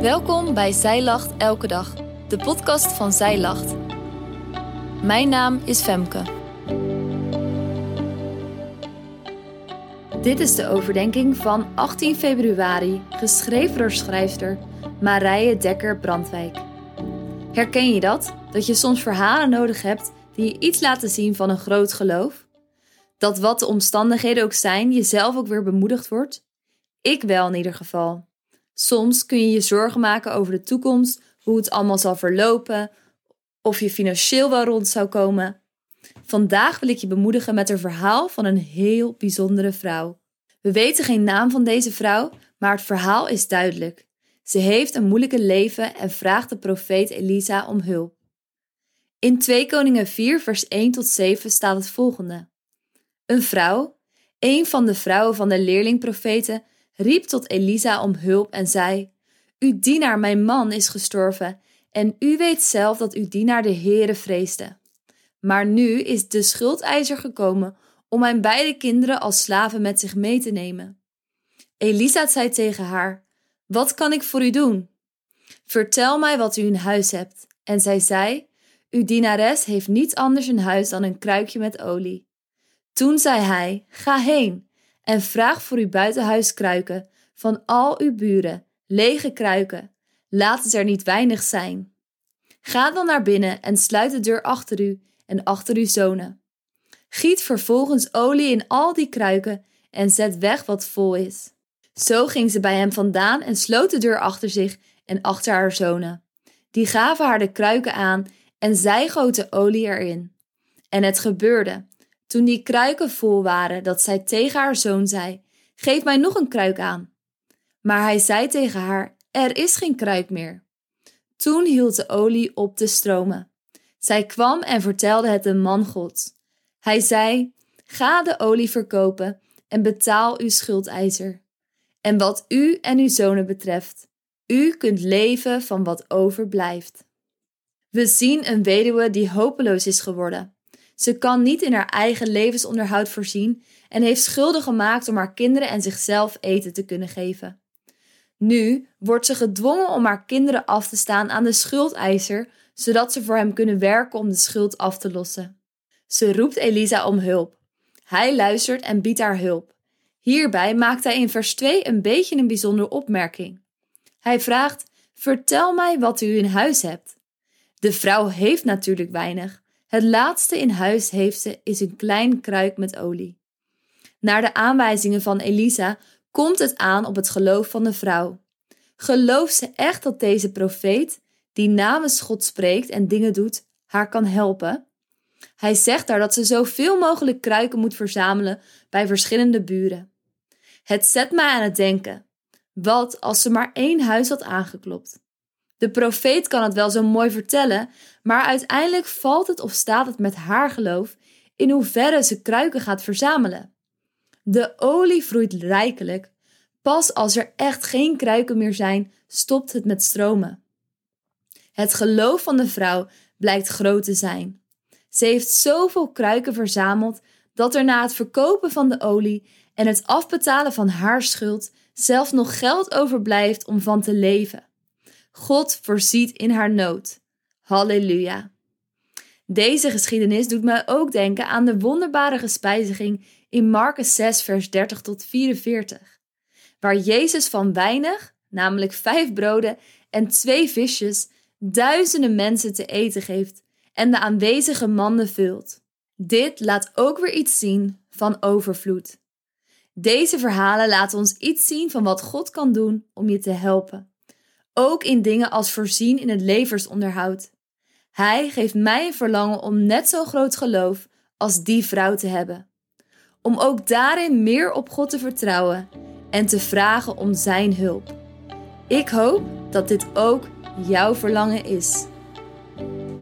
Welkom bij Zij Lacht Elke Dag, de podcast van Zij Lacht. Mijn naam is Femke. Dit is de overdenking van 18 februari, geschreven door schrijfster Marije Dekker-Brandwijk. Herken je dat? Dat je soms verhalen nodig hebt die je iets laten zien van een groot geloof? Dat wat de omstandigheden ook zijn, jezelf ook weer bemoedigd wordt? Ik wel in ieder geval. Soms kun je je zorgen maken over de toekomst, hoe het allemaal zal verlopen, of je financieel wel rond zou komen. Vandaag wil ik je bemoedigen met een verhaal van een heel bijzondere vrouw. We weten geen naam van deze vrouw, maar het verhaal is duidelijk. Ze heeft een moeilijke leven en vraagt de profeet Elisa om hulp. In 2 Koningen 4 vers 1 tot 7 staat het volgende. Een vrouw, een van de vrouwen van de leerlingprofeten, riep tot Elisa om hulp en zei: Uw dienaar, mijn man, is gestorven en u weet zelf dat uw dienaar de Heere vreesde. Maar nu is de schuldeiser gekomen om mijn beide kinderen als slaven met zich mee te nemen. Elisa zei tegen haar: Wat kan ik voor u doen? Vertel mij wat u in huis hebt. En zij zei: Uw dienares heeft niets anders in huis dan een kruikje met olie. Toen zei hij: Ga heen en vraag voor uw buitenhuis kruiken van al uw buren, lege kruiken. Laat het er niet weinig zijn. Ga dan naar binnen en sluit de deur achter u en achter uw zonen. Giet vervolgens olie in al die kruiken en zet weg wat vol is. Zo ging ze bij hem vandaan en sloot de deur achter zich en achter haar zonen. Die gaven haar de kruiken aan en zij goten olie erin. En het gebeurde, toen die kruiken vol waren, dat zij tegen haar zoon zei: Geef mij nog een kruik aan. Maar hij zei tegen haar: Er is geen kruik meer. Toen hield de olie op te stromen. Zij kwam en vertelde het de man Gods. Hij zei: Ga de olie verkopen en betaal uw schuldeiser. En wat u en uw zonen betreft, u kunt leven van wat overblijft. We zien een weduwe die hopeloos is geworden. Ze kan niet in haar eigen levensonderhoud voorzien en heeft schulden gemaakt om haar kinderen en zichzelf eten te kunnen geven. Nu wordt ze gedwongen om haar kinderen af te staan aan de schuldeiser, zodat ze voor hem kunnen werken om de schuld af te lossen. Ze roept Elisa om hulp. Hij luistert en biedt haar hulp. Hierbij maakt hij in vers 2 een beetje een bijzondere opmerking. Hij vraagt: Vertel mij wat u in huis hebt. De vrouw heeft natuurlijk weinig. Het laatste in huis heeft ze is een klein kruik met olie. Naar de aanwijzingen van Elisa komt het aan op het geloof van de vrouw. Gelooft ze echt dat deze profeet, die namens God spreekt en dingen doet, haar kan helpen? Hij zegt daar dat ze zoveel mogelijk kruiken moet verzamelen bij verschillende buren. Het zet mij aan het denken. Wat als ze maar 1 huis had aangeklopt? De profeet kan het wel zo mooi vertellen, maar uiteindelijk valt het of staat het met haar geloof in hoeverre ze kruiken gaat verzamelen. De olie vloeit rijkelijk. Pas als er echt geen kruiken meer zijn, stopt het met stromen. Het geloof van de vrouw blijkt groot te zijn. Ze heeft zoveel kruiken verzameld dat er na het verkopen van de olie en het afbetalen van haar schuld zelfs nog geld overblijft om van te leven. God voorziet in haar nood. Halleluja. Deze geschiedenis doet mij ook denken aan de wonderbare gespijziging in Markus 6 vers 30 tot 44. Waar Jezus van weinig, namelijk 5 broden en 2 visjes, duizenden mensen te eten geeft en de aanwezige mannen vult. Dit laat ook weer iets zien van overvloed. Deze verhalen laten ons iets zien van wat God kan doen om je te helpen. Ook in dingen als voorzien in het levensonderhoud. Hij geeft mij een verlangen om net zo groot geloof als die vrouw te hebben. Om ook daarin meer op God te vertrouwen en te vragen om zijn hulp. Ik hoop dat dit ook jouw verlangen is.